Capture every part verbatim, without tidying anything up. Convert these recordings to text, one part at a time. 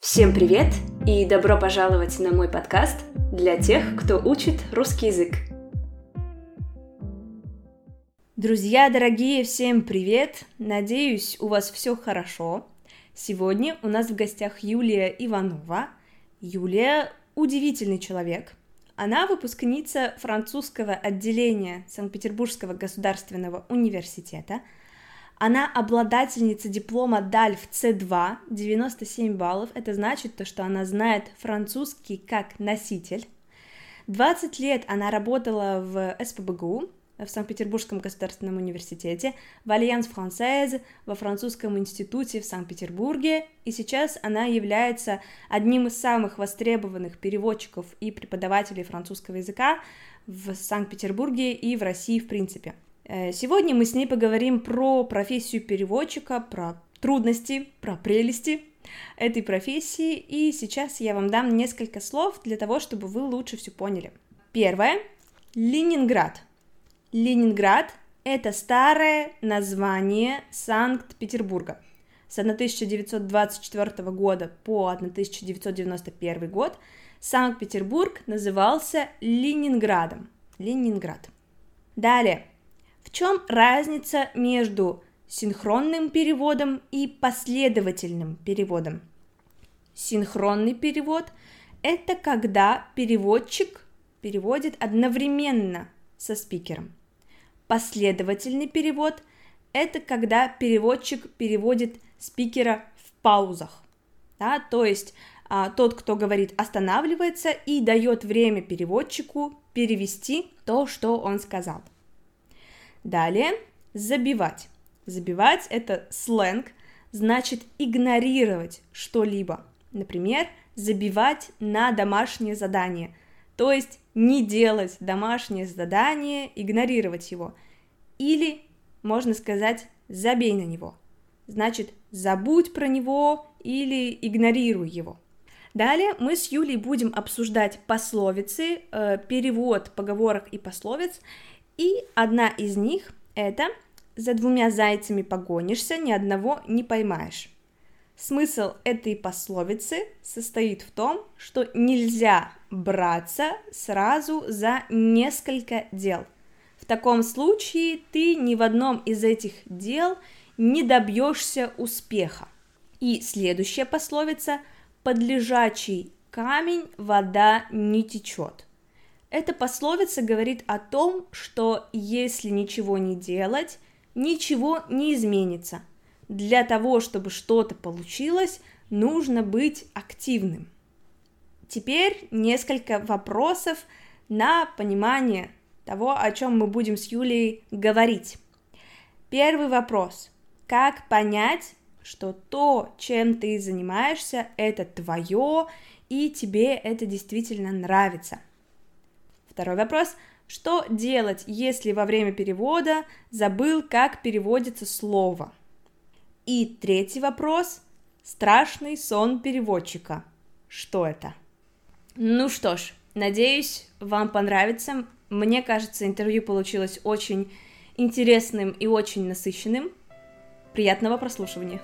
Всем привет и добро пожаловать на мой подкаст для тех, кто учит русский язык. Друзья дорогие, всем привет! Надеюсь, у вас все хорошо. Сегодня у нас в гостях Юлия Иванова. Юлия – удивительный человек. Она выпускница французского отделения Санкт-Петербургского государственного университета. Она обладательница диплома дальф си два, девяносто семь баллов. Это значит, то, что она знает французский как носитель. двадцать лет она работала в эс пэ бэ гэ у, в Санкт-Петербургском государственном университете, в Альянс Франсез, во французском институте в Санкт-Петербурге, и сейчас она является одним из самых востребованных переводчиков и преподавателей французского языка в Санкт-Петербурге и в России в принципе. Сегодня мы с ней поговорим про профессию переводчика, про трудности, про прелести этой профессии, и сейчас я вам дам несколько слов для того, чтобы вы лучше все поняли. Первое. Ленинград. Ленинград – это старое название Санкт-Петербурга. С тысяча девятьсот двадцать четвёртого года по тысяча девятьсот девяносто первый год Санкт-Петербург назывался Ленинградом. Ленинград. Далее. В чем разница между синхронным переводом и последовательным переводом? Синхронный перевод – это когда переводчик переводит одновременно со спикером. Последовательный перевод – это когда переводчик переводит спикера в паузах. Да? То есть а, тот, кто говорит, останавливается и дает время переводчику перевести то, что он сказал. Далее, забивать. Забивать – это сленг, значит игнорировать что-либо. Например, забивать на домашнее задание, то есть не делать домашнее задание, игнорировать его. Или, можно сказать, забей на него, значит забудь про него или игнорируй его. Далее мы с Юлей будем обсуждать пословицы, э, перевод поговорок и пословиц. И одна из них – это «За двумя зайцами погонишься, ни одного не поймаешь». Смысл этой пословицы состоит в том, что нельзя браться сразу за несколько дел. В таком случае ты ни в одном из этих дел не добьешься успеха. И следующая пословица «Под лежачий камень вода не течет». Эта пословица говорит о том, что если ничего не делать, ничего не изменится. Для того, чтобы что-то получилось, нужно быть активным. Теперь несколько вопросов на понимание того, о чем мы будем с Юлей говорить. Первый вопрос. Как понять, что то, чем ты занимаешься, это твое, и тебе это действительно нравится? Второй вопрос. Что делать, если во время перевода забыл, как переводится слово? И третий вопрос. Страшный сон переводчика. Что это? Ну что ж, надеюсь, вам понравится. Мне кажется, интервью получилось очень интересным и очень насыщенным. Приятного прослушивания.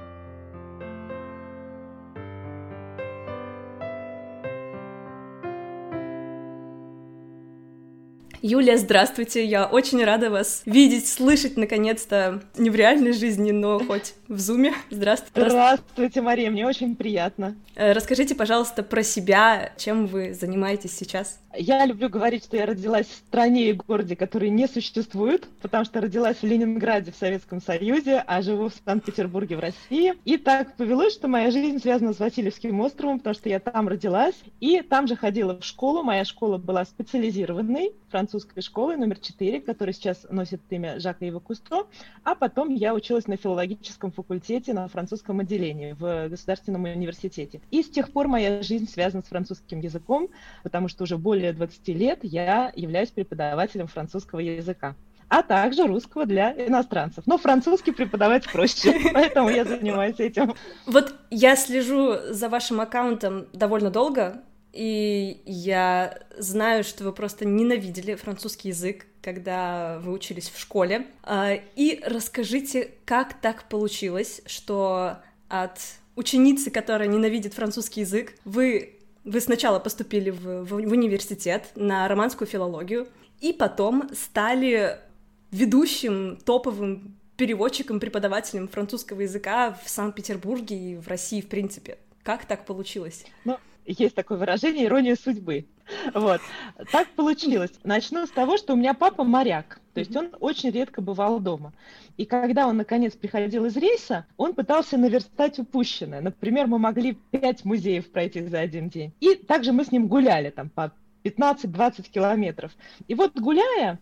Юлия, здравствуйте, я очень рада вас видеть, слышать, наконец-то, не в реальной жизни, но хоть в зуме. Здравствуйте. Здравствуйте, Мария, мне очень приятно. Расскажите, пожалуйста, про себя, чем вы занимаетесь сейчас? Я люблю говорить, что я родилась в стране и городе, которые не существуют, потому что родилась в Ленинграде в Советском Союзе, а живу в Санкт-Петербурге в России. И так повелось, что моя жизнь связана с Васильевским островом, потому что я там родилась и там же ходила в школу. Моя школа была специализированной, французской школой номер четыре, которая сейчас носит имя Жака Ива Кусто, а потом я училась на филологическом факультете на французском отделении в Государственном университете. И с тех пор моя жизнь связана с французским языком, потому что уже более двадцати лет я являюсь преподавателем французского языка, а также русского для иностранцев. Но французский преподавать проще, поэтому я занимаюсь этим. Вот я слежу за вашим аккаунтом довольно долго, и я знаю, что вы просто ненавидели французский язык, когда вы учились в школе. И расскажите, как так получилось, что от ученицы, которая ненавидит французский язык. Вы, вы сначала поступили в, в, в университет на романскую филологию, и потом стали ведущим, топовым переводчиком, преподавателем французского языка в Санкт-Петербурге и в России, в принципе. Как так получилось? Ну, есть такое выражение «ирония судьбы». Вот. Так получилось. Начну с того, что у меня папа моряк, то есть он очень редко бывал дома. И когда он, наконец, приходил из рейса, он пытался наверстать упущенное. Например, мы могли пять музеев пройти за один день. И также мы с ним гуляли там по пятнадцать-двадцать километров. И вот гуляя,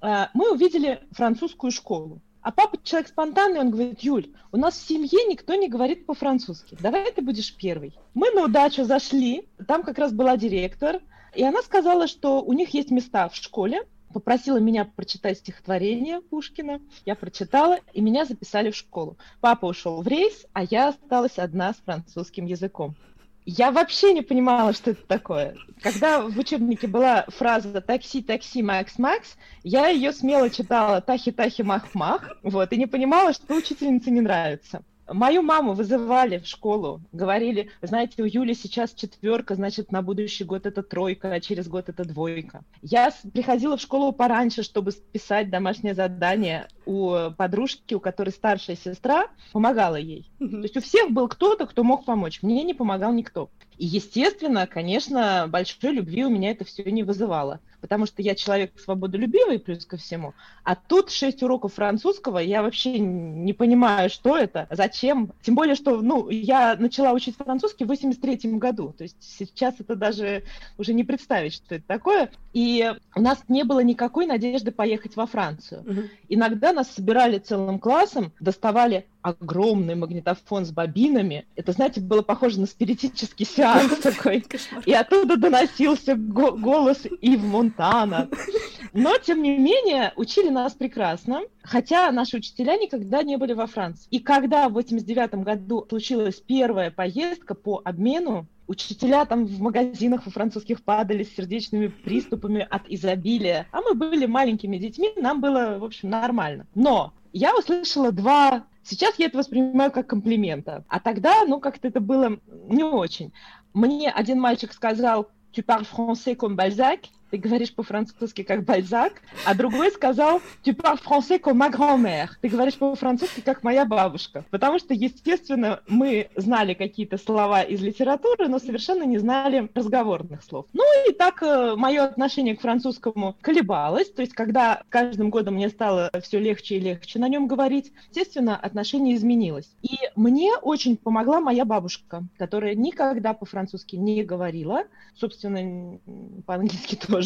мы увидели французскую школу. А папа человек спонтанный, он говорит: Юль, у нас в семье никто не говорит по-французски, давай ты будешь первой. Мы на удачу зашли, там как раз была директор, и она сказала, что у них есть места в школе, попросила меня прочитать стихотворение Пушкина, я прочитала, и меня записали в школу. Папа ушел в рейс, а я осталась одна с французским языком. Я вообще не понимала, что это такое. Когда в учебнике была фраза «такси, такси, Макс, Макс», я ее смело читала «тахи, тахи, мах, мах», вот, и не понимала, что учительнице не нравится. Мою маму вызывали в школу, говорили: вы знаете, у Юли сейчас четверка, значит, на будущий год это тройка, а через год это двойка. Я приходила в школу пораньше, чтобы писать домашнее задание у подружки, у которой старшая сестра, помогала ей. Mm-hmm. То есть у всех был кто-то, кто мог помочь, мне не помогал никто. И, естественно, конечно, большой любви у меня это все не вызывало, потому что я человек свободолюбивый, плюс ко всему, а тут шесть уроков французского, я вообще не понимаю, что это, зачем, тем более, что, ну, я начала учить французский в восемьдесят третьем году, то есть сейчас это даже уже не представить, что это такое, и у нас не было никакой надежды поехать во Францию. Mm-hmm. Иногда нас собирали целым классом, доставали огромный магнитофон с бобинами. Это, знаете, было похоже на спиритический сеанс такой. И оттуда доносился го- голос Ив Монтана. Но, тем не менее, учили нас прекрасно, хотя наши учителя никогда не были во Франции. И когда в восемьдесят девятом году случилась первая поездка по обмену, учителя там в магазинах во французских падали с сердечными приступами от изобилия, а мы были маленькими детьми, нам было, в общем, нормально. Но я услышала два... Сейчас я это воспринимаю как комплимента, а тогда, ну, как-то это было не очень. Мне один мальчик сказал: «Tu parles français comme Balzac», ты говоришь по-французски как Бальзак, а другой сказал: «Tu parles français comme ma grand-mère», ты говоришь по-французски как моя бабушка. Потому что, естественно, мы знали какие-то слова из литературы, но совершенно не знали разговорных слов. Ну и так э, мое отношение к французскому колебалось, то есть когда каждым годом мне стало все легче и легче на нем говорить, естественно, отношение изменилось. И мне очень помогла моя бабушка, которая никогда по-французски не говорила, собственно, по-английски тоже.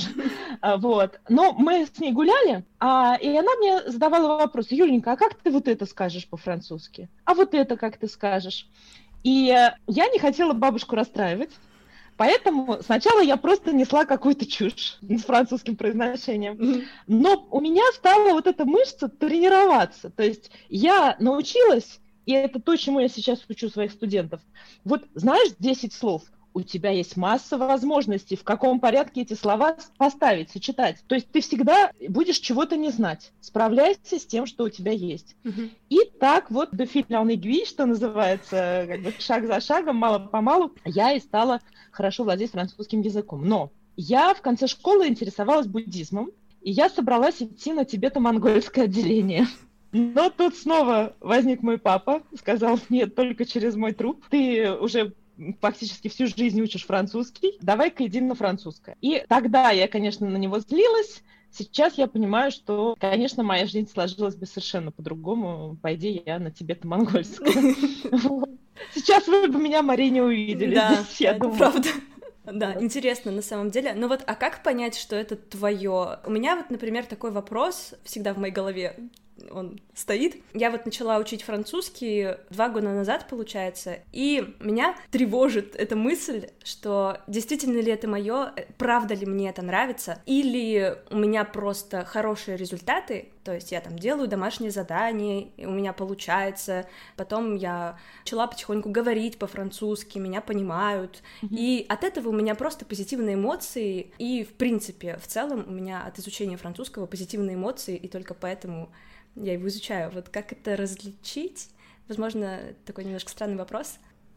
Вот. Но мы с ней гуляли, а, и она мне задавала вопрос: Юленька, а как ты вот это скажешь по-французски? А вот это как ты скажешь? И я не хотела бабушку расстраивать, поэтому сначала я просто несла какую-то чушь с французским произношением. Но у меня стала вот эта мышца тренироваться. То есть я научилась, и это то, чему я сейчас учу своих студентов. Вот знаешь десять слов, у тебя есть масса возможностей, в каком порядке эти слова поставить, сочетать. То есть ты всегда будешь чего-то не знать. Справляйся с тем, что у тебя есть. Uh-huh. И так вот de fil en aiguille, что называется, как бы шаг за шагом, мало-помалу, я и стала хорошо владеть французским языком. Но я в конце школы интересовалась буддизмом, и я собралась идти на тибето-монгольское отделение. Но тут снова возник мой папа, сказал: нет, только через мой труп. Ты уже фактически всю жизнь учишь французский, давай-ка иди на французское. И тогда я, конечно, на него злилась. Сейчас я понимаю, что, конечно, моя жизнь сложилась бы совершенно по-другому. Пойди я на тибето-монгольское. Сейчас вы бы меня, Мари, не увидели. Да, это правда. Да, интересно на самом деле. Ну вот, а как понять, что это твое? У меня вот, например, такой вопрос всегда в моей голове. Он стоит. Я вот начала учить французский два года назад, получается, и меня тревожит эта мысль, что действительно ли это мое, правда ли мне это нравится, или у меня просто хорошие результаты, то есть я там делаю домашние задания, у меня получается, потом я начала потихоньку говорить по-французски, меня понимают, mm-hmm. и от этого у меня просто позитивные эмоции, и в принципе, в целом у меня от изучения французского позитивные эмоции, и только поэтому я его изучаю. Вот как это различить? Возможно, такой немножко странный вопрос.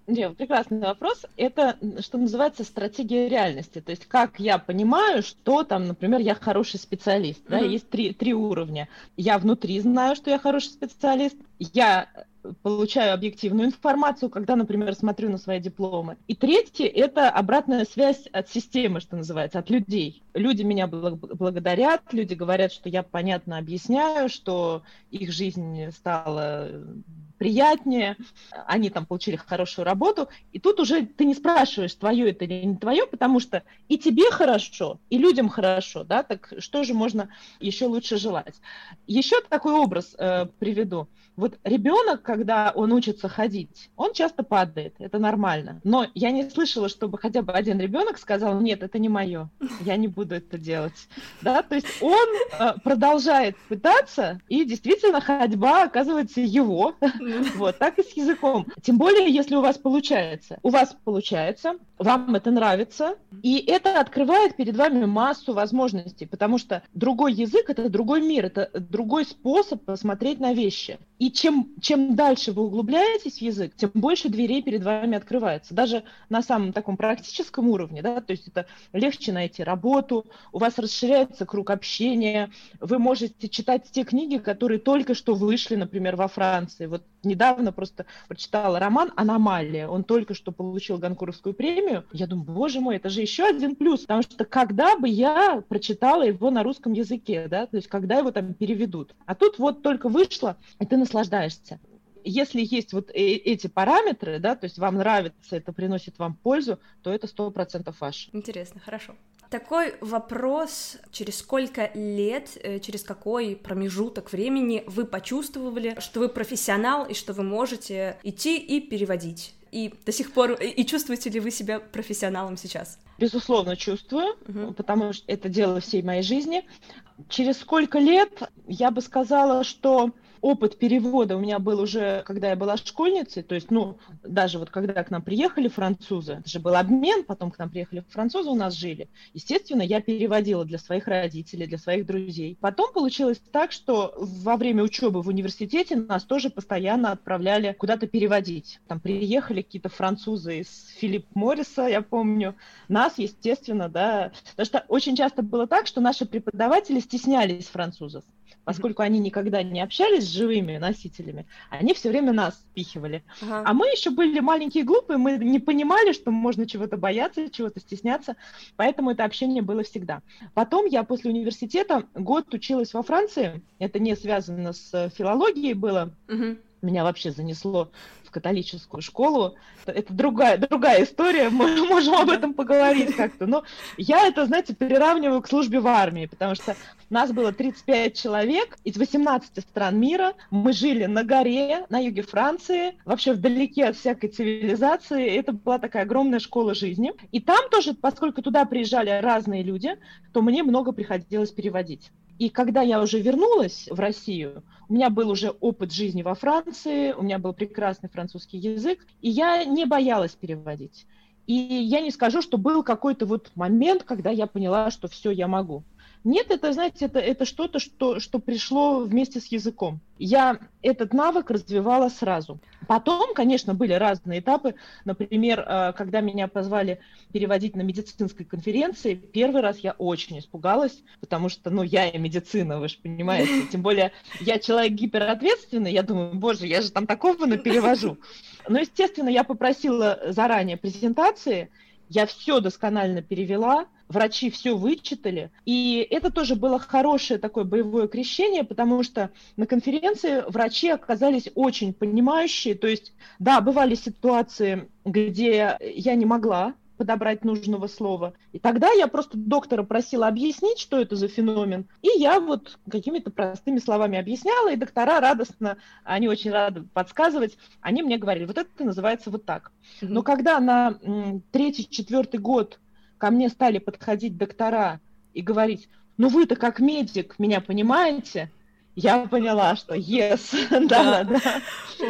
Не, прекрасный вопрос. Это, что называется, стратегия реальности. То есть как я понимаю, что там, например, я хороший специалист. Да? Мгм. Есть три, три уровня. Я внутри знаю, что я хороший специалист. Я получаю объективную информацию, когда, например, смотрю на свои дипломы. И третье – это обратная связь от системы, что называется, от людей. Люди меня благодарят, люди говорят, что я понятно объясняю, что их жизнь стала приятнее, они там получили хорошую работу, и тут уже ты не спрашиваешь, твое это или не твое, потому что и тебе хорошо, и людям хорошо, да, так что же можно еще лучше желать. Еще такой образ э, приведу. Вот ребенок, когда он учится ходить, он часто падает, это нормально. Но я не слышала, чтобы хотя бы один ребенок сказал: нет, это не мое, я не буду это делать. Да? То есть он э, продолжает пытаться, и действительно ходьба оказывается его. Вот, так и с языком. Тем более, если у вас получается. У вас получается, вам это нравится, и это открывает перед вами массу возможностей, потому что другой язык – это другой мир, это другой способ посмотреть на вещи. И чем, чем дальше вы углубляетесь в язык, тем больше дверей перед вами открывается. Даже на самом таком практическом уровне, да, то есть это легче найти работу, у вас расширяется круг общения, вы можете читать те книги, которые только что вышли, например, во Франции. Вот недавно просто прочитала роман «Аномалия». Он только что получил Гонкуровскую премию. Я думаю, боже мой, это же еще один плюс, потому что когда бы я прочитала его на русском языке, да, то есть когда его там переведут. А тут вот только вышло, и ты наслаждаешься. Если есть вот эти параметры, да, то есть вам нравится, это приносит вам пользу, то это сто процентов ваш. Интересно, хорошо. Такой вопрос: через сколько лет, через какой промежуток времени вы почувствовали, что вы профессионал и что вы можете идти и переводить? И до сих пор, и чувствуете ли вы себя профессионалом сейчас? Безусловно, чувствую, Uh-huh. потому что это дело всей моей жизни. Через сколько лет, я бы сказала, что опыт перевода у меня был уже, когда я была школьницей, то есть, ну, даже вот когда к нам приехали французы, это же был обмен, потом к нам приехали французы, у нас жили. Естественно, я переводила для своих родителей, для своих друзей. Потом получилось так, что во время учебы в университете нас тоже постоянно отправляли куда-то переводить. Там приехали какие-то французы из Филипп Морриса, я помню. Нас, естественно, да, потому что очень часто было так, что наши преподаватели стеснялись французов. Поскольку они никогда не общались с живыми носителями, они все время нас впихивали. Ага. А мы еще были маленькие и глупые, мы не понимали, что можно чего-то бояться, чего-то стесняться, поэтому это общение было всегда. Потом я после университета год училась во Франции, это не связано с филологией было, Угу. меня вообще занесло в католическую школу. Это другая, другая история, мы можем об этом поговорить как-то. Но я это, знаете, приравниваю к службе в армии, потому что нас было тридцать пять человек из восемнадцати стран мира. Мы жили на горе, на юге Франции, вообще вдалеке от всякой цивилизации. Это была такая огромная школа жизни. И там тоже, поскольку туда приезжали разные люди, то мне много приходилось переводить. И когда я уже вернулась в Россию, у меня был уже опыт жизни во Франции, у меня был прекрасный французский язык, и я не боялась переводить. И я не скажу, что был какой-то вот момент, когда я поняла, что все, я могу. Нет, это, знаете, это, это что-то, что, что пришло вместе с языком. Я этот навык развивала сразу. Потом, конечно, были разные этапы. Например, когда меня позвали переводить на медицинской конференции, первый раз я очень испугалась, потому что, ну, я и медицина, вы же понимаете. Тем более, я человек гиперответственный, я думаю, боже, я же там такого наперевожу. Но, естественно, я попросила заранее презентации, я все досконально перевела, врачи все вычитали, и это тоже было хорошее такое боевое крещение, потому что на конференции врачи оказались очень понимающие, то есть, да, бывали ситуации, где я не могла подобрать нужного слова, и тогда я просто доктора просила объяснить, что это за феномен, и я вот какими-то простыми словами объясняла, и доктора радостно, они очень рады подсказывать, они мне говорили, вот это называется вот так. Mm-hmm. Но когда на м, третий, четвертый год ко мне стали подходить доктора и говорить, ну вы-то как медик меня понимаете, я поняла, что yes, да, да,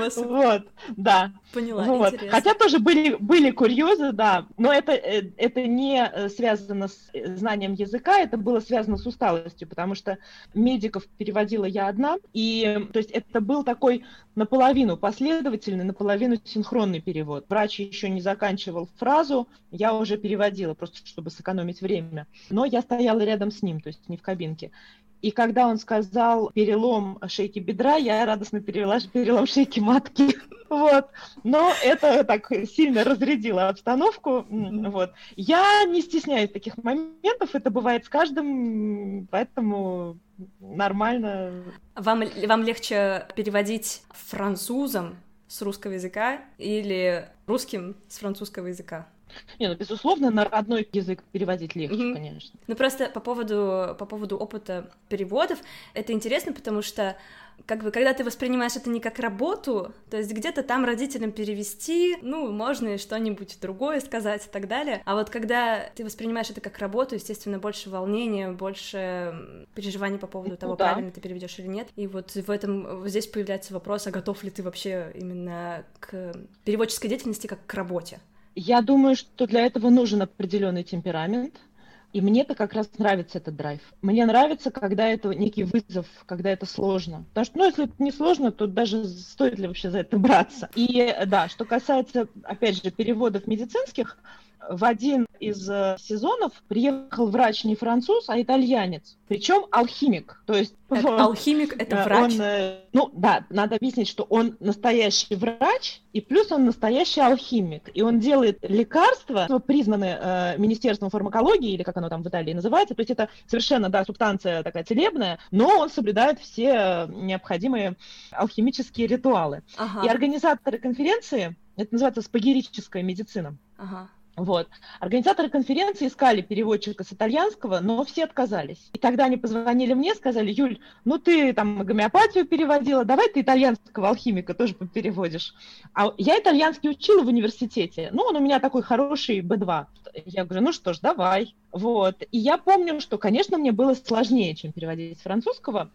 вот, да. Поняла, вот. интересно. Хотя тоже были, были курьезы, да, но это, это не связано с знанием языка, это было связано с усталостью, потому что медиков переводила я одна, и то есть это был такой наполовину последовательный, наполовину синхронный перевод. Врач еще не заканчивал фразу, я уже переводила, просто чтобы сэкономить время. Но я стояла рядом с ним, то есть не в кабинке. И когда он сказал перелом шейки бедра, я радостно перевела перелом шейки матки. Вот. Но это так сильно разрядило обстановку. Mm-hmm. Вот. Я не стесняюсь таких моментов, это бывает с каждым, поэтому нормально. Вам, вам легче переводить французом с русского языка или русским с французского языка? Не, ну, безусловно, на родной язык переводить легче, mm-hmm. конечно. Ну, просто по поводу, по поводу опыта переводов, это интересно, потому что, как бы, когда ты воспринимаешь это не как работу, то есть где-то там родителям перевести, ну, можно и что-нибудь другое сказать и так далее, а вот когда ты воспринимаешь это как работу, естественно, больше волнения, больше переживаний по поводу того, ну, да. правильно ты переведешь или нет, и вот в этом, вот здесь появляется вопрос, а готов ли ты вообще именно к переводческой деятельности как к работе? Я думаю, что для этого нужен определенный темперамент, и мне-то как раз нравится этот драйв. Мне нравится, когда это некий вызов, когда это сложно. Потому что, ну, если это не сложно, то даже стоит ли вообще за это браться. И да, что касается, опять же, переводов медицинских, в один из сезонов приехал врач не француз, а итальянец. Причем алхимик. То есть это, он, алхимик — это врач? Он, ну да, надо объяснить, что он настоящий врач, и плюс он настоящий алхимик. И он делает лекарства, признанные э, Министерством фармакологии, или как оно там в Италии называется. То есть это совершенно, да, субстанция такая целебная, но он соблюдает все необходимые алхимические ритуалы. Ага. И организаторы конференции, это называется спагерическая медицина. Ага. Вот. Организаторы конференции искали переводчика с итальянского, но все отказались. И тогда они позвонили мне, сказали: Юль, ну ты там гомеопатию переводила, давай ты итальянского алхимика тоже переводишь. А я итальянский учила в университете, ну он у меня такой хороший бэ два. Я говорю, ну что ж, давай. Вот. И я помню, что, конечно, мне было сложнее, чем переводить с французского,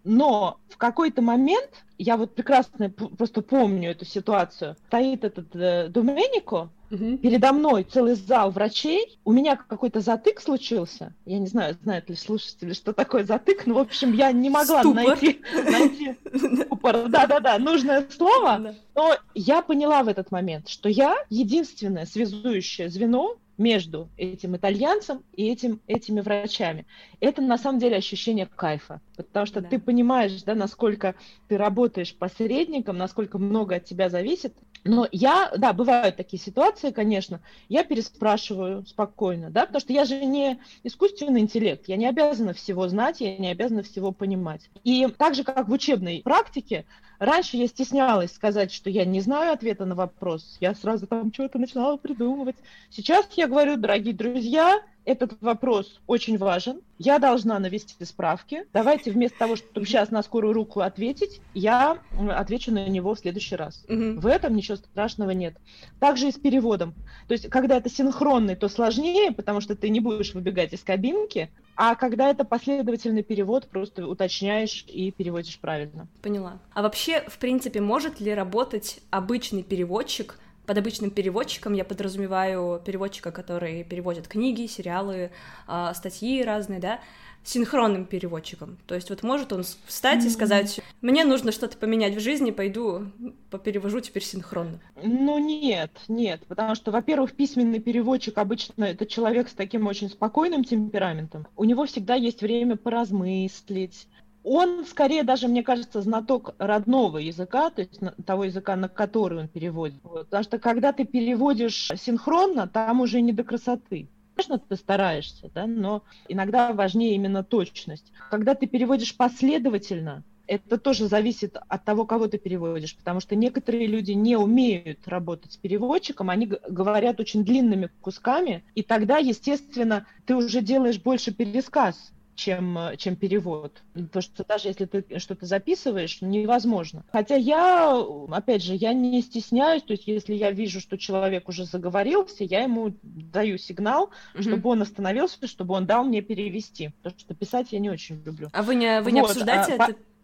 но в какой-то момент, я вот прекрасно просто помню эту ситуацию, стоит этот э, Доменико, угу. Передо мной целый зал врачей, у меня какой-то затык случился, я не знаю, знают ли слушатели, что такое затык, но, в общем, я не могла Ступор. найти, найти ступор, да-да-да, нужное слово, но я поняла в этот момент, что я единственное связующее звено между этим итальянцем и этим, этими врачами. Это на самом деле ощущение кайфа, потому что да. ты понимаешь, да, насколько ты работаешь посредником, насколько много от тебя зависит. Но я, да, бывают такие ситуации, конечно, я переспрашиваю спокойно, да, потому что я же не искусственный интеллект, я не обязана всего знать, я не обязана всего понимать. И так же, как в учебной практике, раньше я стеснялась сказать, что я не знаю ответа на вопрос, я сразу там что-то начинала придумывать. Сейчас я говорю, дорогие друзья, этот вопрос очень важен, я должна навести справки, давайте вместо того, чтобы сейчас на скорую руку ответить, я отвечу на него в следующий раз. Mm-hmm. В этом ничего страшного нет. Также и с переводом. То есть, когда это синхронный, то сложнее, потому что ты не будешь выбегать из кабинки, а когда это последовательный перевод, просто уточняешь и переводишь правильно. Поняла. А вообще, в принципе, может ли работать обычный переводчик? Под обычным переводчиком я подразумеваю переводчика, который переводит книги, сериалы, статьи разные, да, синхронным переводчиком. То есть вот может он встать и сказать: мне нужно что-то поменять в жизни, пойду поперевожу теперь синхронно. Ну нет, нет, потому что, во-первых, письменный переводчик обычно это человек с таким очень спокойным темпераментом. У него всегда есть время поразмыслить. Он, скорее, даже, мне кажется, знаток родного языка, то есть того языка, на который он переводит. Вот. Потому что, когда ты переводишь синхронно, там уже не до красоты. Конечно, ты стараешься, да, но иногда важнее именно точность. Когда ты переводишь последовательно, это тоже зависит от того, кого ты переводишь, потому что некоторые люди не умеют работать с переводчиком, они говорят очень длинными кусками, и тогда, естественно, ты уже делаешь больше пересказ, Чем, чем перевод. Потому что даже если ты что-то записываешь, невозможно. Хотя я, опять же, я не стесняюсь, то есть если я вижу, что человек уже заговорился, я ему даю сигнал, mm-hmm. чтобы он остановился, чтобы он дал мне перевести. Потому что писать я не очень люблю. А вы не, вы не вот. обсуждаете а, это по...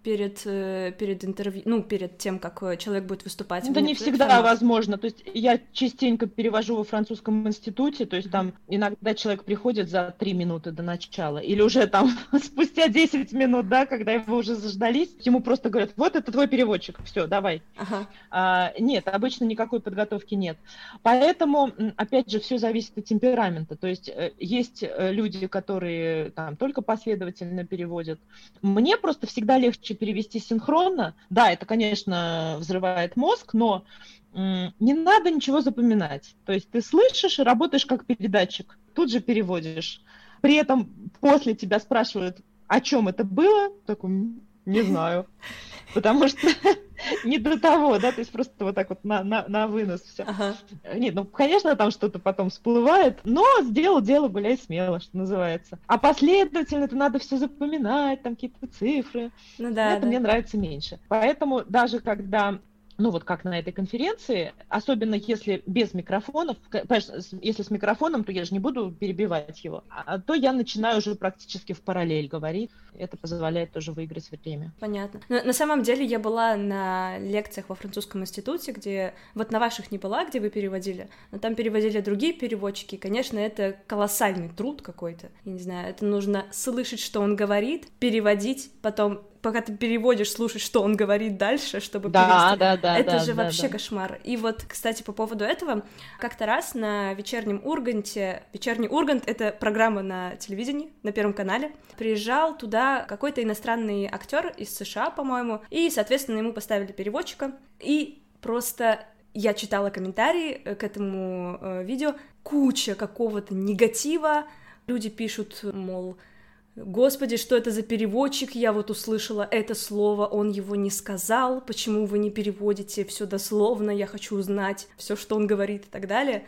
перед, перед интервью, ну, перед тем, как человек будет выступать? Это не всегда формат? Возможно. То есть я частенько перевожу во французском институте, то есть там иногда человек приходит за три минуты до начала, или уже там спустя десять минут, да, когда его уже заждались, ему просто говорят, вот это твой переводчик, все, давай. Ага. А, нет, обычно никакой подготовки нет. Поэтому, опять же, все зависит от темперамента. То есть есть люди, которые там только последовательно переводят. Мне просто всегда легче перевести синхронно. Да, это, конечно, взрывает мозг, но м, не надо ничего запоминать. То есть ты слышишь и работаешь как передатчик, тут же переводишь. При этом после тебя спрашивают, о чем это было, такой, не знаю, потому что не до того, да, то есть просто вот так вот на, на, на вынос все. Ага. Нет, ну, конечно, там что-то потом всплывает, но сделал дело, гуляй смело, что называется. А последовательно это надо все запоминать, там какие-то цифры. Ну, да, это да. Мне нравится меньше. Поэтому даже когда... Ну вот как на этой конференции, особенно если без микрофонов, если с микрофоном, то я же не буду перебивать его, а то я начинаю уже практически в параллель говорить. Это позволяет тоже выиграть время. Понятно. Но на самом деле я была на лекциях во французском институте, где вот на ваших не была, где вы переводили, но там переводили другие переводчики. И, конечно, это колоссальный труд какой-то. Я не знаю, это нужно слышать, что он говорит, переводить, потом пока ты переводишь, слушать, что он говорит дальше, чтобы да, перевести. Да, да, это да, же да, вообще да. кошмар. И вот, кстати, по поводу этого, как-то раз на вечернем Урганте, вечерний Ургант — это программа на телевидении, на Первом канале, приезжал туда какой-то иностранный актер из США, по-моему, и, соответственно, ему поставили переводчика, и просто я читала комментарии к этому э, видео, куча какого-то негатива, люди пишут, мол, Господи, что это за переводчик? Я вот услышала это слово, он его не сказал. Почему вы не переводите все дословно? Я хочу узнать все, что он говорит и так далее.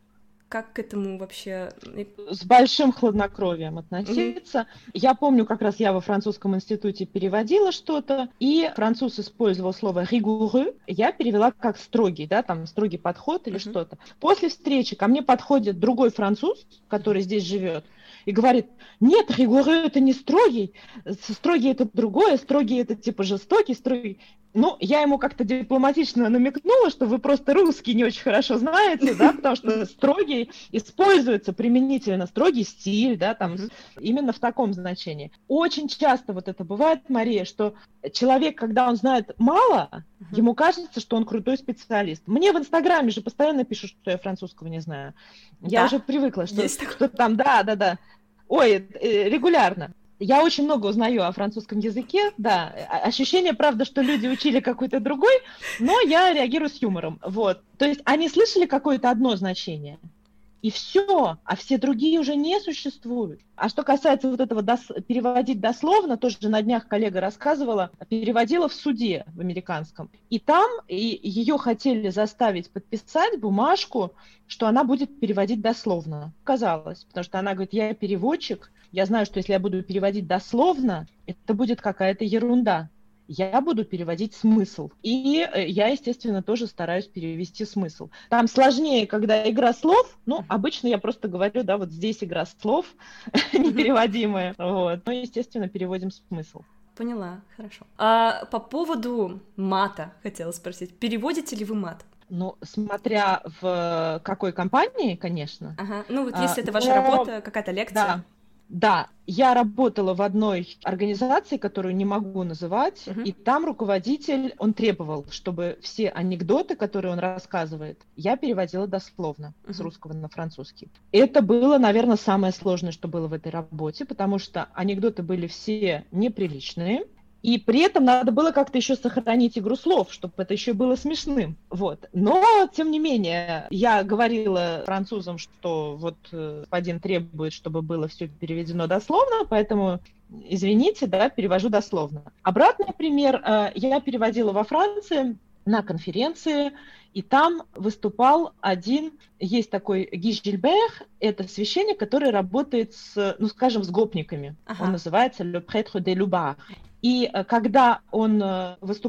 Как к этому вообще? С большим хладнокровием относиться. Mm-hmm. Я помню, как раз я во французском институте переводила что-то, и француз использовал слово rigoureux, я перевела как строгий, да, там строгий подход или mm-hmm. что-то. После встречи ко мне подходит другой француз, который здесь живет, и говорит, нет, rigoureux это не строгий, строгий это другое, строгий это типа жестокий, строгий. Ну, я ему как-то дипломатично намекнула, что вы просто русский не очень хорошо знаете, да, потому что строгий используется применительно, строгий стиль, да, там, mm-hmm. именно в таком значении. Очень часто вот это бывает, Мария, что человек, когда он знает мало, mm-hmm. ему кажется, что он крутой специалист. Мне в Инстаграме же постоянно пишут, что я французского не знаю. Я да. уже привыкла, что, что там, да, да, да. Ой, регулярно. Я очень много узнаю о французском языке, да, ощущение, правда, что люди учили какой-то другой, но я реагирую с юмором, вот. То есть они слышали какое-то одно значение, и все, а все другие уже не существуют. А что касается вот этого дос... переводить дословно, тоже на днях коллега рассказывала, переводила в суде в американском, и там и ее хотели заставить подписать бумажку, что она будет переводить дословно. Казалось, потому что она говорит, я переводчик, я знаю, что если я буду переводить дословно, это будет какая-то ерунда. Я буду переводить смысл. И я, естественно, тоже стараюсь перевести смысл. Там сложнее, когда игра слов. Ну, обычно я просто говорю, да, вот здесь игра слов непереводимая. Вот. Но, естественно, переводим смысл. Поняла, хорошо. А по поводу мата хотела спросить. Переводите ли вы мат? Ну, смотря в какой компании, конечно. Ага. Ну, вот если а, это ваша но... работа, какая-то лекция. Да. Да, я работала в одной организации, которую не могу называть, uh-huh. и там руководитель, он требовал, чтобы все анекдоты, которые он рассказывает, я переводила дословно uh-huh. с русского на французский. Это было, наверное, самое сложное, что было в этой работе, потому что анекдоты были все неприличные, и при этом надо было как-то еще сохранить игру слов, чтобы это еще было смешным. Вот. Но, тем не менее, я говорила французам, что вот господин требует, чтобы было все переведено дословно, поэтому, извините, да, перевожу дословно. Обратный пример. Я переводила во Франции на конференции, и там выступал один, есть такой Ги Жильбер, это священник, который работает с, ну, скажем, с гопниками. Ага. Он называется Le Prêtre des Loupards. И когда он выступал,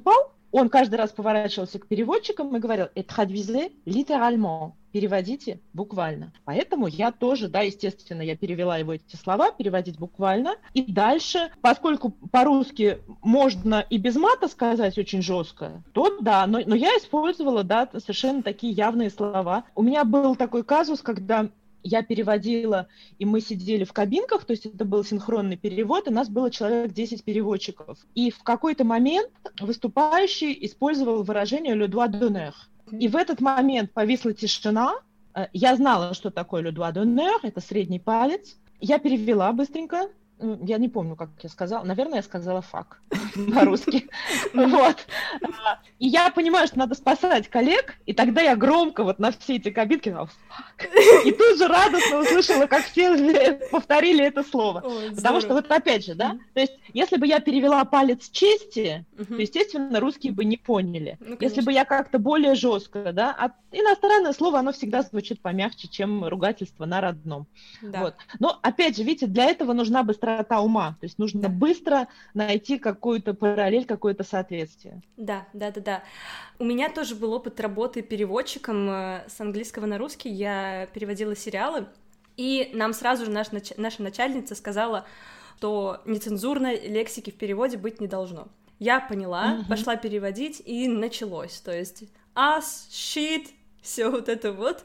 он каждый раз поворачивался к переводчикам и говорил: «Et traduisez littéralement», переводите буквально. Поэтому я тоже, да, естественно, я перевела его эти слова, переводить буквально. И дальше, поскольку по-русски можно и без мата сказать очень жестко, то да, но, но я использовала, да, совершенно такие явные слова. У меня был такой казус, когда я переводила, и мы сидели в кабинках, то есть это был синхронный перевод, и у нас было человек десять переводчиков. И в какой-то момент выступающий использовал выражение «le doigt d'honneur». И в этот момент повисла тишина. Я знала, что такое «le doigt d'honneur», это средний палец. Я перевела быстренько. Я не помню, как я сказала. Наверное, я сказала «фак» по-русски. Вот. И я понимаю, что надо спасать коллег, и тогда я громко вот на все эти кабинки сказала «фак». И тут же радостно услышала, как все повторили это слово. Ой, потому что вот опять же, да, то есть если бы я перевела палец чести, то, естественно, русские бы не поняли. Ну, если бы я как-то более жестко, да, а иностранное слово, оно всегда звучит помягче, чем ругательство на родном. Да. Вот. Но, опять же, видите, для этого нужна быстрота ума, то есть нужно да. быстро найти какую-то параллель, какое-то соответствие. Да, да, да, да. У меня тоже был опыт работы переводчиком с английского на русский. Я переводила сериалы, и нам сразу же наш, наша начальница сказала, что нецензурной лексики в переводе быть не должно. Я поняла, mm-hmm. пошла переводить, и началось. То есть us, shit, все вот это вот.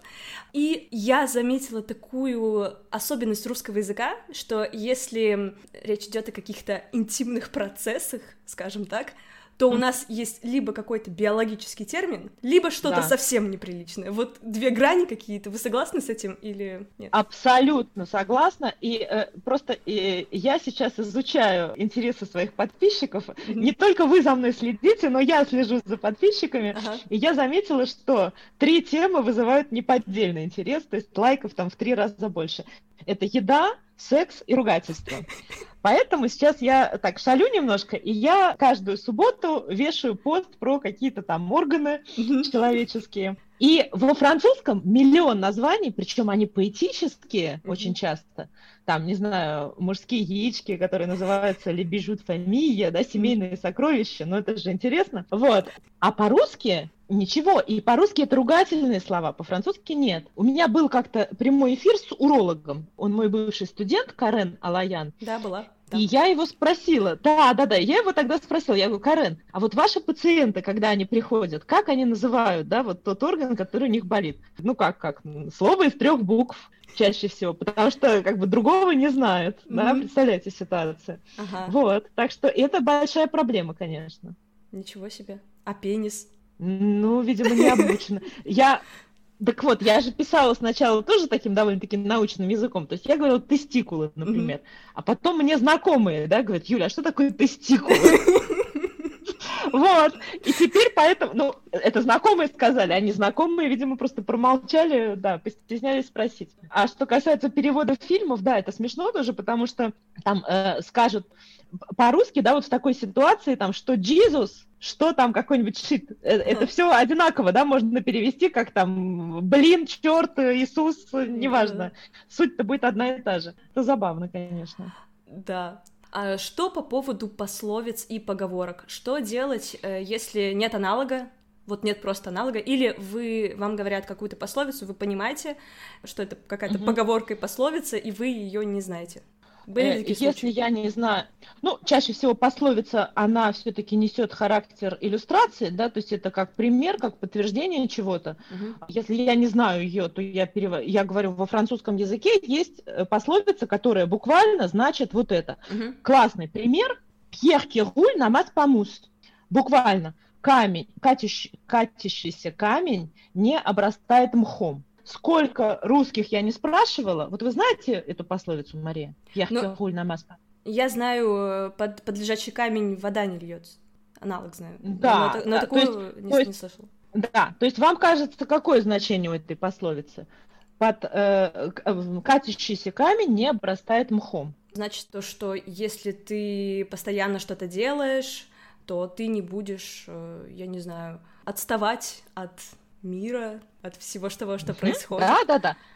И я заметила такую особенность русского языка, что если речь идет о каких-то интимных процессах, скажем так, то у нас есть либо какой-то биологический термин, либо что-то да. совсем неприличное. Вот две грани какие-то. Вы согласны с этим или нет? Абсолютно согласна. И э, просто э, я сейчас изучаю интересы своих подписчиков. Mm-hmm. Не только вы за мной следите, но я слежу за подписчиками. Uh-huh. И я заметила, что три темы вызывают неподдельный интерес, то есть лайков там в три раза больше. Это еда, секс и ругательство. Поэтому сейчас я так шалю немножко, и я каждую субботу вешаю пост про какие-то там органы человеческие. И во французском миллион названий, причем они поэтические mm-hmm. очень часто. Там, не знаю, мужские яички, которые называются «Les bijoux de famille», да, семейные mm-hmm. сокровища, ну это же интересно. Вот. А по-русски ничего. И по-русски это ругательные слова, по-французски нет. У меня был как-то прямой эфир с урологом. Он мой бывший студент, Карен Алаян. Да, была. И я его спросила, да, да, да, я его тогда спросила, я говорю: Карен, а вот ваши пациенты, когда они приходят, как они называют, да, вот тот орган, который у них болит? Ну как, как, слово из трех букв чаще всего, потому что как бы другого не знают, mm-hmm. да, представляете ситуацию. Ага. Вот, так что это большая проблема, конечно. Ничего себе. А пенис? Ну, видимо, не обучена. Я... Так вот, я же писала сначала тоже таким довольно-таки научным языком. То есть я говорила тестикулы, например. Mm-hmm. А потом мне знакомые, да, говорят: Юля, а что такое тестикулы? Вот. И теперь поэтому... Ну, это знакомые сказали, а незнакомые, видимо, просто промолчали, да, постеснялись спросить. А что касается перевода фильмов, да, это смешно тоже, потому что там э, скажут по-русски, да, вот в такой ситуации, там, что Jesus, что там какой-нибудь шит, это все одинаково, да, можно перевести как там блин, черт, Иисус, неважно. Суть-то будет одна и та же. Это забавно, конечно. Да. А что по поводу пословиц и поговорок? Что делать, если нет аналога? Вот нет просто аналога, или вы, вам говорят какую-то пословицу, вы понимаете, что это какая-то угу. поговорка и пословица, и вы ее не знаете? Были такие Если случаи? я не знаю, ну, чаще всего пословица, она все-таки несет характер иллюстрации, да, то есть это как пример, как подтверждение чего-то. Uh-huh. Если я не знаю ее, то я, перев... я говорю, во французском языке есть пословица, которая буквально значит вот это. Uh-huh. Классный пример. Pierre qui roule n'amasse pas mousse. Буквально. Камень, катящ... катящийся камень не обрастает мхом. Сколько русских я не спрашивала. Вот вы знаете эту пословицу, Мария? Ну, я знаю, под, под лежачий камень вода не льется. Аналог знаю. Да. Но, но да, такую есть, не, есть, не слышала. Да, то есть вам кажется, какое значение у этой пословицы? Под э, катящийся камень не обрастает мхом. Значит, то, что если ты постоянно что-то делаешь, то ты не будешь, я не знаю, отставать от мира, от всего того, что происходит. Да, да, да.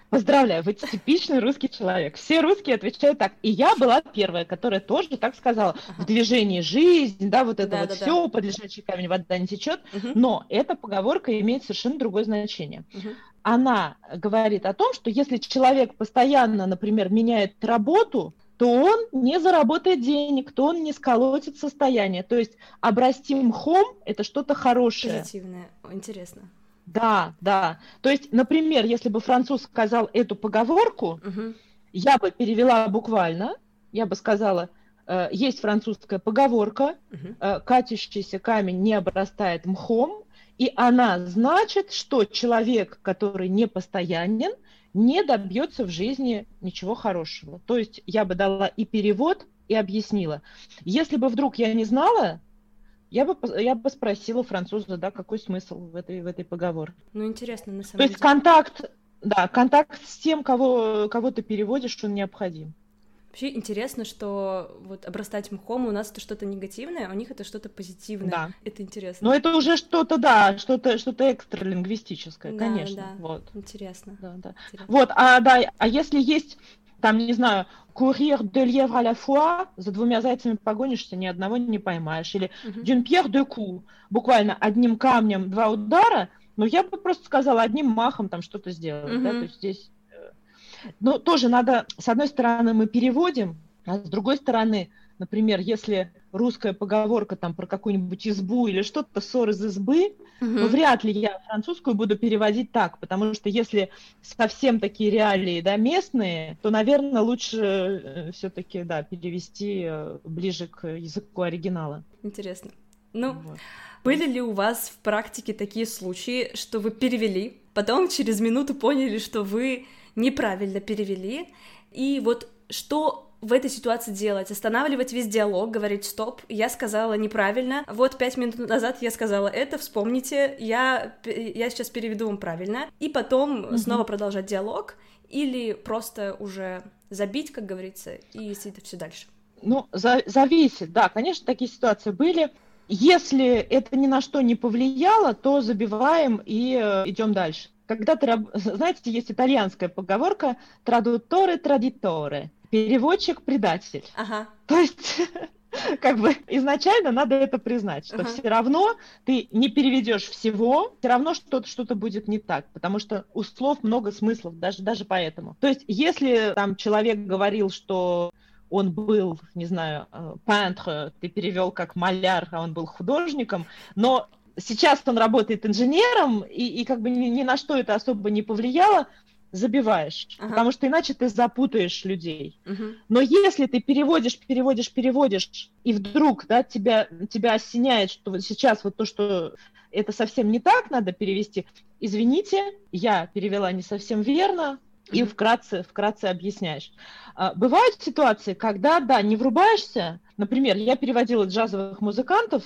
Поздравляю, вы типичный русский человек. Все русские отвечают так. И я была первая, которая тоже так сказала. Ага. В движении жизнь, да, вот это Да, вот да, все, под лежачий камень вода не течет. Мгм. Но эта поговорка имеет совершенно другое значение. Мгм. Она говорит о том, что если человек постоянно, например, меняет работу, то он не заработает денег, то он не сколотит состояние. То есть обрасти мхом – это что-то хорошее. Позитивное. О, интересно. Да, да. То есть, например, если бы француз сказал эту поговорку, Мгм. я бы перевела буквально, я бы сказала, э, есть французская поговорка, Мгм. э, катящийся камень не обрастает мхом, и она значит, что человек, который непостоянен, не добьется в жизни ничего хорошего. То есть я бы дала и перевод, и объяснила. Если бы вдруг я не знала, я бы, пос- я бы спросила француза, да, какой смысл в этой, в этой поговорке. Ну, интересно, на То самом есть деле. контакт, да, контакт с тем, кого, кого ты переводишь, он необходим. Вообще интересно, что вот обрастать мхом у нас это что-то негативное, а у них это что-то позитивное. Да. Это интересно. Но это уже что-то, да, что-то, что-то экстралингвистическое, Да, конечно. да. Вот. Интересно. Да, да. Интересно. Вот, а, да, а если есть, там, не знаю, courir deux lièvres à la fois, за двумя зайцами погонишься, ни одного не поймаешь. Или Мгм. d'une pierre deux coups, буквально одним камнем два удара, но я бы просто сказала одним махом там что-то сделать, да, то Мгм. есть здесь... э, Ну, тоже надо, с одной стороны, мы переводим, а с другой стороны, например, если русская поговорка там про какую-нибудь избу или что-то, ссор из избы, Мгм. ну, вряд ли я французскую буду переводить так, потому что если совсем такие реалии, да, местные, то, наверное, лучше все-таки, да, перевести э, ближе к языку оригинала. Интересно. Ну, Вот. были ли у вас в практике такие случаи, что вы перевели, потом через минуту поняли, что вы неправильно перевели, и вот что в этой ситуации делать? Останавливать весь диалог, говорить «стоп, я сказала неправильно, вот пять минут назад я сказала это, вспомните, я, я сейчас переведу вам правильно», и потом Мгм. снова продолжать диалог, или просто уже забить, как говорится, и идти все дальше? Ну, за- зависит, да, конечно, такие ситуации были. Если это ни на что не повлияло, то забиваем и э, идем дальше. Когда ты, раб- знаете, есть итальянская поговорка «традуторе традиторе», переводчик-предатель. Ага. То есть, как бы изначально надо это признать, что Ага. все равно ты не переведешь всего, все равно что-то что-то будет не так, потому что у слов много смыслов, даже, даже поэтому. То есть, если там человек говорил, что он был, не знаю, пeintre, ты перевел как маляр, а он был художником, но сейчас он работает инженером, и, и как бы ни, ни на что это особо не повлияло, забиваешь, Ага. потому что иначе ты запутаешь людей. Мгм. Но если ты переводишь, переводишь, переводишь, и вдруг, да, тебя, тебя осеняет, что вот сейчас вот то, что это совсем не так надо перевести, извините, я перевела не совсем верно, и Мгм. вкратце, вкратце объясняешь. А, бывают ситуации, когда, да, не врубаешься. Например, я переводила джазовых музыкантов,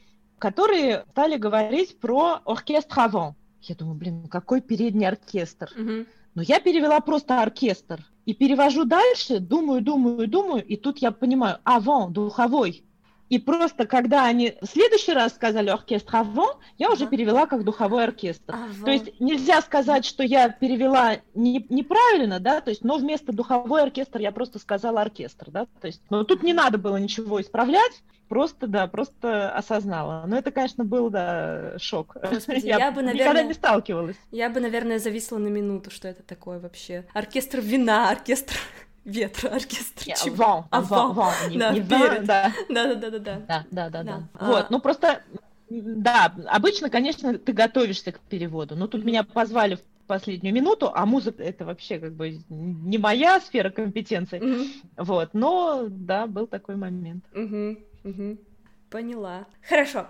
которые стали говорить про оркестр avant. Я думаю, блин, какой передний оркестр. Мгм. Но я перевела просто оркестр. И перевожу дальше, думаю, думаю, думаю, и тут я понимаю, avant, духовой. И просто, когда они в следующий раз сказали оркестр avant, я уже Ага. перевела как духовой оркестр. Avant. То есть нельзя сказать, что я перевела не, неправильно, да, то есть, но вместо духовой оркестр я просто сказала оркестр, да, то есть, но тут не надо было ничего исправлять, просто, да, просто осознала. Но это, конечно, был, да, шок. Господи, я я бы, никогда наверное- не сталкивалась. Я бы, наверное, зависла на минуту, что это такое вообще. Оркестр вина, оркестр ветра, оркестр Не, чего? ван, А, ван, ван. ван, не, Да, не ван, вперед. да. Да-да-да-да-да. Да, да, да, Да. да. А- Вот, ну просто, м, да, обычно, конечно, ты готовишься к переводу, но тут Мгм. меня позвали в последнюю минуту, а музыка это вообще как бы не моя сфера компетенций, Мгм. вот, но да, был такой момент. Мгм. Мгм. Поняла. Хорошо.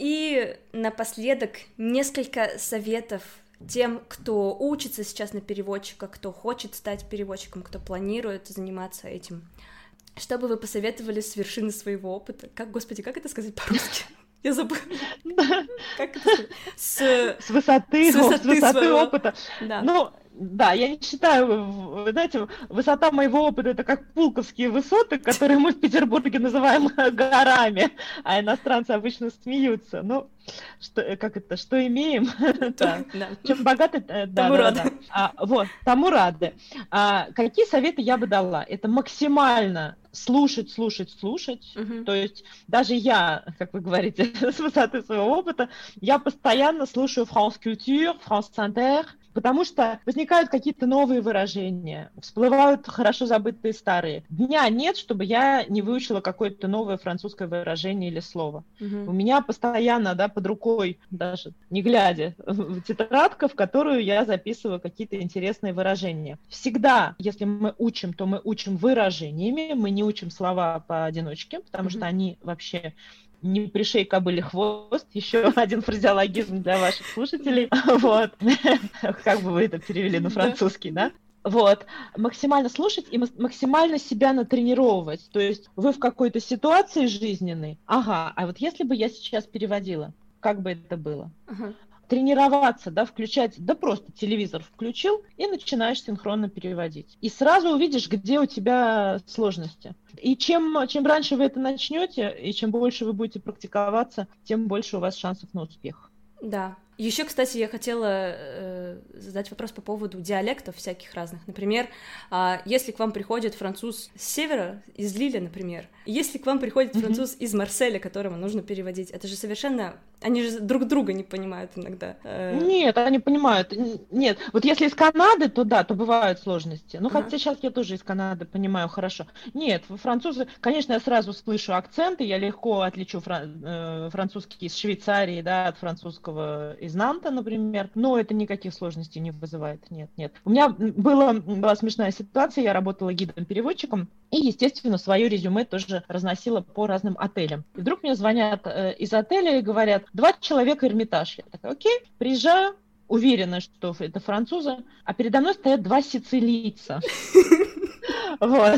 И напоследок несколько советов тем, кто учится сейчас на переводчика, кто хочет стать переводчиком, кто планирует заниматься этим. Что бы вы посоветовали с вершины своего опыта? Как, господи, как это сказать по-русски? Я забыла. Как это сказать? С... С высоты, С о, с высоты высоты своего. опыта. Да. Ну, да, я не считаю, вы знаете, высота моего опыта — это как пулковские высоты, которые мы в Петербурге называем горами, а иностранцы обычно смеются. Ну, что, как это, что имеем, да. Чем богаты, да, тому да, рады. да. А, вот, тому рады. А, какие советы я бы дала? Это максимально слушать, слушать, слушать. Uh-huh. То есть даже я, как вы говорите, с высоты своего опыта, я постоянно слушаю France Culture, France Inter, потому что возникают какие-то новые выражения, всплывают хорошо забытые старые. Дня нет, чтобы я не выучила какое-то новое французское выражение или слово. Uh-huh. У меня постоянно, да, под рукой, даже не глядя, тетрадка, в которую я записываю какие-то интересные выражения. Всегда, если мы учим, то мы учим выражениями, мы не учим слова поодиночке, потому mm-hmm. что они вообще не пришей кобыле хвост. Еще один фразеологизм для ваших слушателей. Вот. Как бы вы это перевели на французский, да? Вот. Максимально слушать и максимально себя натренировывать. То есть вы в какой-то ситуации жизненной. Ага, а вот если бы я сейчас переводила, как бы это было? Uh-huh. Тренироваться, да, включать, да просто телевизор включил и начинаешь синхронно переводить. И сразу увидишь, где у тебя сложности. И чем, чем раньше вы это начнете, и чем больше вы будете практиковаться, тем больше у вас шансов на успех. Да. Еще, кстати, я хотела э, задать вопрос по поводу диалектов всяких разных. Например, э, если к вам приходит француз с севера, из Лиля, например, если к вам приходит француз mm-hmm. из Марселя, которого нужно переводить, это же совершенно... Они же друг друга не понимают иногда. Э... Нет, они понимают. Нет, вот если из Канады, то да, то бывают сложности. Ну, uh-huh. хотя сейчас я тоже из Канады понимаю хорошо. Нет, французы... Конечно, я сразу слышу акценты, я легко отличу фран... э, французский из Швейцарии, да, от французского из Нанта, например, но это никаких сложностей не вызывает, нет, нет. У меня было, была смешная ситуация, я работала гидом-переводчиком, и, естественно, свое резюме тоже разносила по разным отелям. И вдруг мне звонят э, из отеля и говорят: два человека Эрмитаж. Я такая: окей, приезжаю, уверена, что это французы, а передо мной стоят два сицилийца. Вот.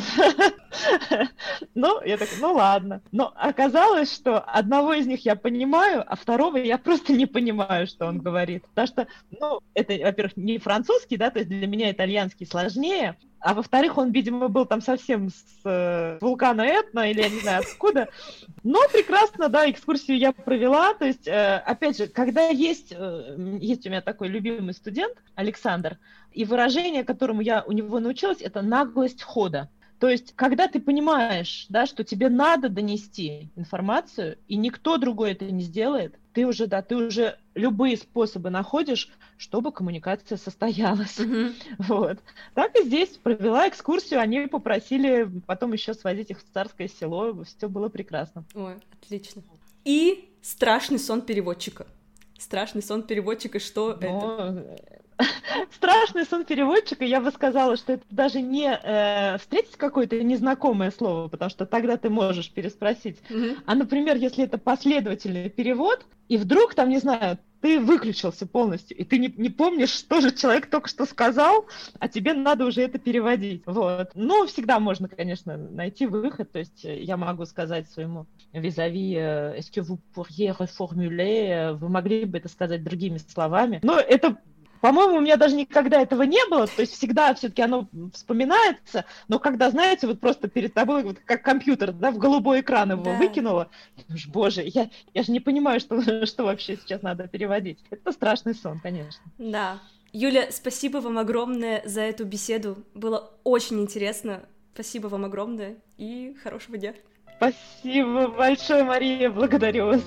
Ну, я так, ну ладно. Но оказалось, что одного из них я понимаю, а второго я просто не понимаю, что он говорит. Потому что, ну, это, во-первых, не французский, да, то есть для меня итальянский сложнее, а во-вторых, он, видимо, был там совсем с э, вулкана Этна, или я не знаю откуда. Но прекрасно, да, экскурсию я провела. То есть, э, опять же, когда есть, э, есть у меня такой любимый студент, Александр, и выражение, которому я у него научилась, это наглость хода. То есть, когда ты понимаешь, да, что тебе надо донести информацию, и никто другой это не сделает, ты уже, да, ты уже любые способы находишь, чтобы коммуникация состоялась. Mm-hmm. Вот. Так и здесь провела экскурсию, они попросили потом еще свозить их в Царское Село, все было прекрасно. Ой, отлично. И страшный сон переводчика. Страшный сон переводчика, что Но... это? Страшный сон переводчика, я бы сказала, что это даже не э, встретить какое-то незнакомое слово, потому что тогда ты можешь переспросить. Mm-hmm. А, например, если это последовательный перевод, и вдруг там, не знаю, ты выключился полностью, и ты не, не помнишь, что же человек только что сказал, а тебе надо уже это переводить. Вот. Ну, всегда можно, конечно, найти выход. То есть я могу сказать своему визави: est-ce que vous pourriez reformuler? Вы могли бы это сказать другими словами? Но это... По-моему, у меня даже никогда этого не было, то есть всегда все-таки оно вспоминается, но когда, знаете, вот просто перед тобой, вот как компьютер, да, в голубой экран его да. выкинула, думаешь: боже, я, я же не понимаю, что, что вообще сейчас надо переводить. Это страшный сон, конечно. Да. Юля, спасибо вам огромное за эту беседу, было очень интересно, спасибо вам огромное и хорошего дня. Спасибо большое, Мария, благодарю вас.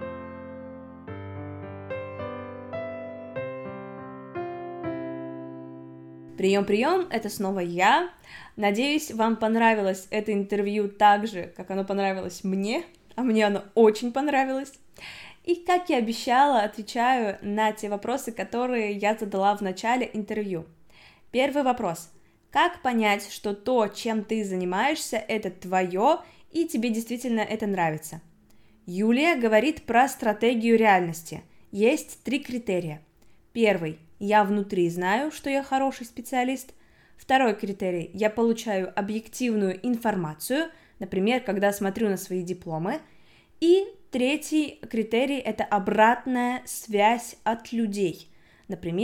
Прием, прием, это снова я. Надеюсь, вам понравилось это интервью так же, как оно понравилось мне, а мне оно очень понравилось. И, как я обещала, отвечаю на те вопросы, которые я задала в начале интервью. Первый вопрос. Как понять, что то, чем ты занимаешься, это твое, и тебе действительно это нравится? Юлия говорит про стратегию реальности. Есть три критерия. Первый. Я внутри знаю, что я хороший специалист. Второй критерий. Я получаю объективную информацию, например, когда смотрю на свои дипломы. И третий критерий – это обратная связь от людей. Например,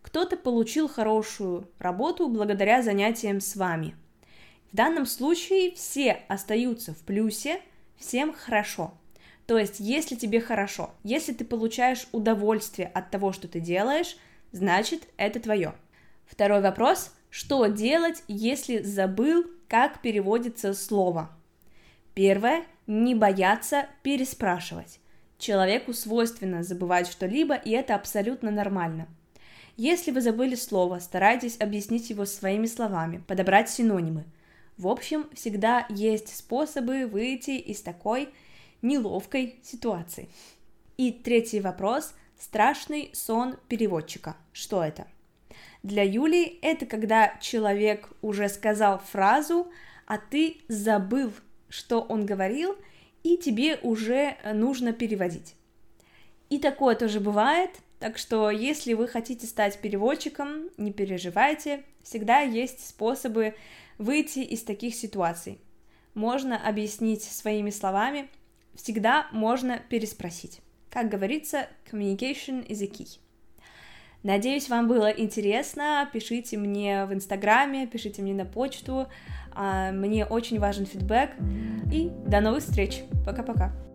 Кто-то получил хорошую работу благодаря занятиям с вами. В данном случае все остаются в плюсе, всем хорошо. То есть, если тебе хорошо, если ты получаешь удовольствие от того, что ты делаешь, значит, это твое. Второй вопрос. Что делать, если забыл, как переводится слово? Первое. Не бояться переспрашивать. Человеку свойственно забывать что-либо, и это абсолютно нормально. Если вы забыли слово, старайтесь объяснить его своими словами, подобрать синонимы. В общем, всегда есть способы выйти из такой неловкой ситуации. И третий вопрос. Страшный сон переводчика. Что это? Для Юли это когда человек уже сказал фразу, а ты забыл, что он говорил, и тебе уже нужно переводить. И такое тоже бывает, так что если вы хотите стать переводчиком, не переживайте, всегда есть способы выйти из таких ситуаций. Можно объяснить своими словами, всегда можно переспросить. Как говорится, communication is a key. Надеюсь, вам было интересно. Пишите мне в Инстаграме, пишите мне на почту. Мне очень важен фидбэк. И до новых встреч. Пока-пока.